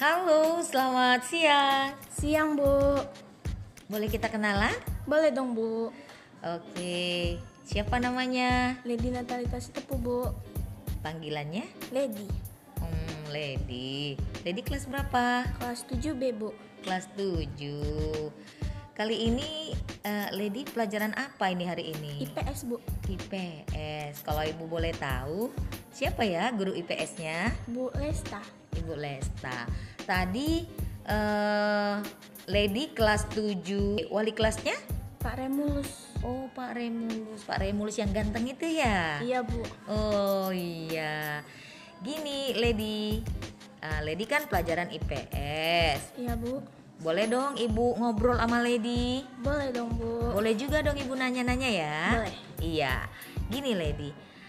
Halo, selamat siang. Siang, Bu. Boleh kita kenalan? Boleh dong, Bu. Oke, siapa namanya? Lady Natalita Sitepu, Bu. Panggilannya? Lady. Lady. Lady kelas berapa? Kelas 7B, Bu. Kelas 7. Kali ini Lady pelajaran apa ini hari ini? IPS, Bu. IPS. Kalau Ibu boleh tahu, siapa ya guru IPS-nya? Bu Lesta. Ibu Lesta. Tadi Lady kelas 7. Wali kelasnya? Pak Remulus. Oh, Pak Remulus. Pak Remulus yang ganteng itu ya? Iya, Bu. Oh iya. Gini Lady. Lady kan pelajaran IPS. Iya, Bu. Boleh dong Ibu ngobrol sama Lady? Boleh dong, Bu. Boleh juga dong Ibu nanya-nanya ya? Boleh. Iya. Gini Lady.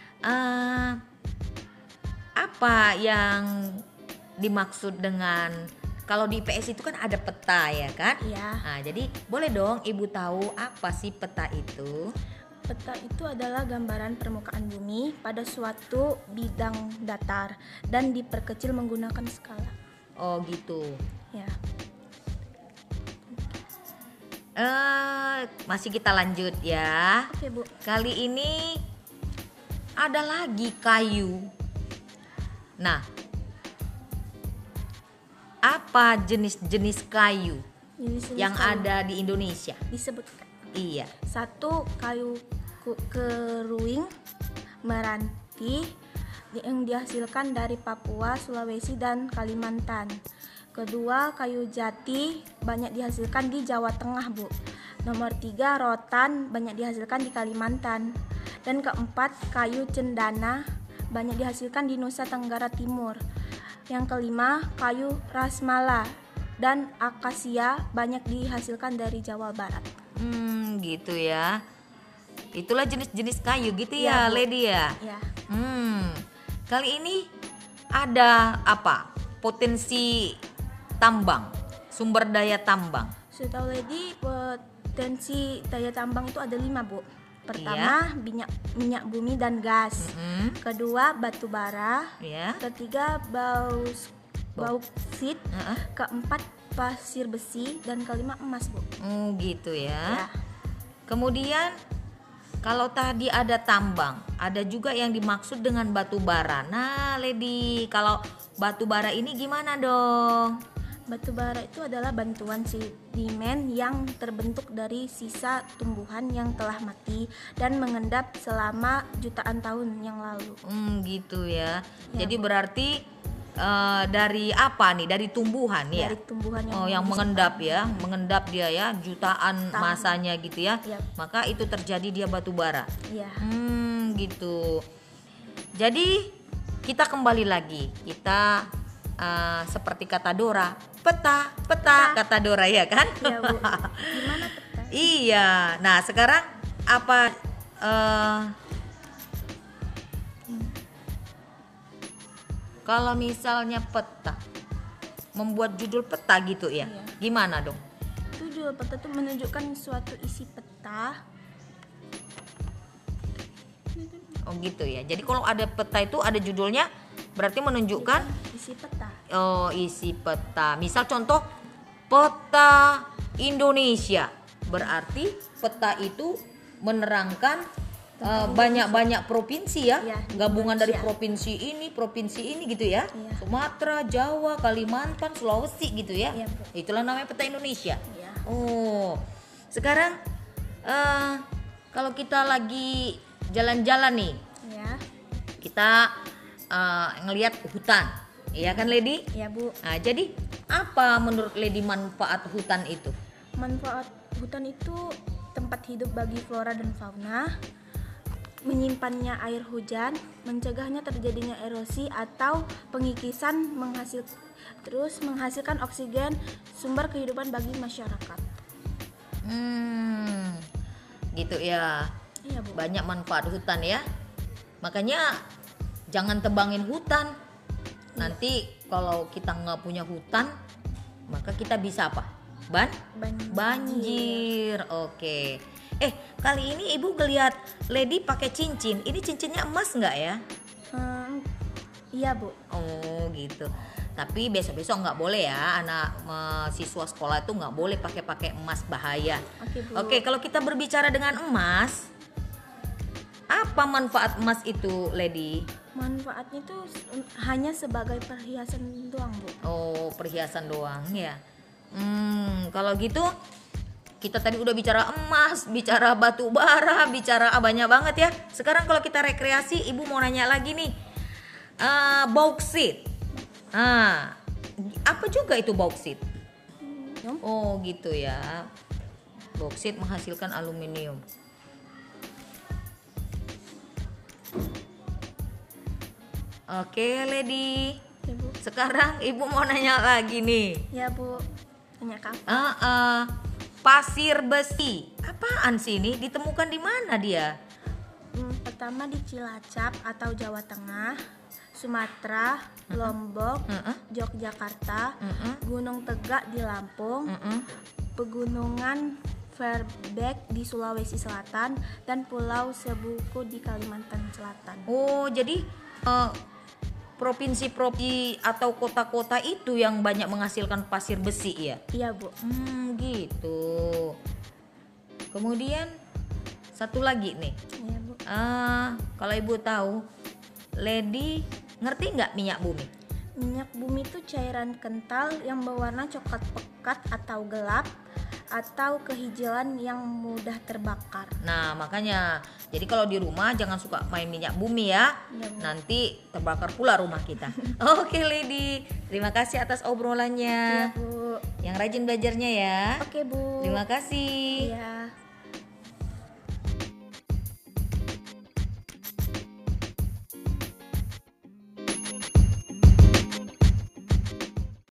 Apa yang dimaksud dengan kalau di IPS itu kan ada peta ya kan? Iya. Nah, jadi boleh dong Ibu tahu apa sih peta itu? Peta itu adalah gambaran permukaan bumi pada suatu bidang datar dan diperkecil menggunakan skala. Oh gitu. Ya. Masih kita lanjut ya. Oke, Bu. Kali ini ada lagi kayu. Nah, apa jenis-jenis kayu Jenis-jenis yang kayu ada di Indonesia? disebutkan. Iya. 1. Kayu keruing meranti yang dihasilkan dari Papua, Sulawesi, dan Kalimantan. Kedua, kayu jati banyak dihasilkan di Jawa Tengah, Bu. Nomor 3, rotan banyak dihasilkan di Kalimantan. Dan keempat, kayu cendana banyak dihasilkan di Nusa Tenggara Timur. Yang kelima, kayu rasmala dan akasia banyak dihasilkan dari Jawa Barat. Gitu ya. Itulah jenis-jenis kayu gitu ya, Iya, Bu. Lady ya. Ya. Kali ini ada apa? Potensi tambang, sumber daya tambang. Setahu Lady, potensi daya tambang itu ada 5, Bu. Pertama, minyak bumi dan gas. Kedua, batu bara. Ya. Ketiga, bauksit. Keempat, pasir besi. Dan kelima, emas, Bu. Gitu Ya. ya. Kemudian kalau tadi ada tambang, ada juga yang dimaksud dengan batu bara. Nah, Lady, kalau batu bara ini gimana dong? Batu bara itu adalah bantuan sedimen yang terbentuk dari sisa tumbuhan yang telah mati dan mengendap selama jutaan tahun yang lalu. Gitu ya. Ya, Jadi Bu. berarti dari apa nih? Dari tumbuhan ya? Dari tumbuhan yang mengendap ya, mengendap dia ya, jutaan Tahun. masanya gitu ya. Ya. Maka itu terjadi dia batu bara. Ya. Gitu. Jadi kita kembali lagi. Kita seperti kata Dora, peta kata Dora ya kan? Iya, Bu. Gimana peta? Iya. Nah, sekarang apa kalau misalnya peta, membuat judul peta gitu ya? Iya. Gimana dong? Judul peta itu menunjukkan suatu isi peta. Oh gitu ya. Jadi kalau ada peta itu ada judulnya, berarti menunjukkan Isi peta. isi peta. Misal contoh peta Indonesia. Berarti peta itu menerangkan banyak-banyak provinsi ya. Ya, Gabungan dari Indonesia. provinsi ini gitu ya. Iya. Sumatera, Jawa, Kalimantan, Sulawesi gitu ya. Iya, Bu. Itulah namanya peta Indonesia. Ya. Oh. Sekarang kalau kita lagi jalan-jalan nih, Ya. kita ngelihat hutan, iya kan Lady? Ya, Bu. Nah, jadi apa menurut Lady manfaat hutan itu? Manfaat hutan itu tempat hidup bagi flora dan fauna, menyimpannya air hujan, mencegahnya terjadinya erosi atau pengikisan, menghasilkan oksigen, sumber kehidupan bagi masyarakat. Gitu ya. Iya, Bu. Banyak manfaat hutan ya. Makanya jangan tebangin hutan. Nanti kalau kita nggak punya hutan, maka kita bisa apa? Banjir. Oke. Kali ini Ibu ngeliat Lady pakai cincin. Ini cincinnya emas nggak ya? Iya, Bu. Oh gitu. Tapi besok-besok nggak boleh ya, anak siswa sekolah itu nggak boleh pakai emas, bahaya. Oke, Bu. Oke, kalau kita berbicara dengan emas, apa manfaat emas itu, Lady? Manfaatnya itu hanya sebagai perhiasan doang, Bu. Oh, perhiasan doang ya. Kalau gitu kita tadi udah bicara emas, bicara batu bara, bicara banyak banget ya. Sekarang kalau kita rekreasi, Ibu mau nanya lagi nih. Bauksit. Apa juga itu bauksit? Oh, gitu ya. Bauksit menghasilkan aluminium. Oke, Lady. Ya, Bu. Sekarang Ibu mau nanya lagi nih. Ya, Bu. Tanya apa? Pasir besi. Apaan sih ini? Ditemukan di mana dia? Pertama di Cilacap atau Jawa Tengah, Sumatera, Lombok, Yogyakarta, Gunung Tegak di Lampung, Pegunungan Verbeek di Sulawesi Selatan, dan Pulau Sebuku di Kalimantan Selatan. Oh, jadi provinsi-provinsi atau kota-kota itu yang banyak menghasilkan pasir besi ya? Iya, Bu. Gitu. Kemudian satu lagi nih. Iya, Bu. Kalau Ibu tahu, Lady ngerti nggak minyak bumi? Minyak bumi itu cairan kental yang berwarna coklat pekat atau gelap atau kehijauan yang mudah terbakar. Nah, makanya jadi kalau di rumah jangan suka main minyak bumi ya. Ya, Bu. Nanti terbakar pula rumah kita. Oke, Lady. Terima kasih atas obrolannya. Iya, Bu. Yang rajin belajarnya ya. Oke, Bu. Terima kasih. Iya.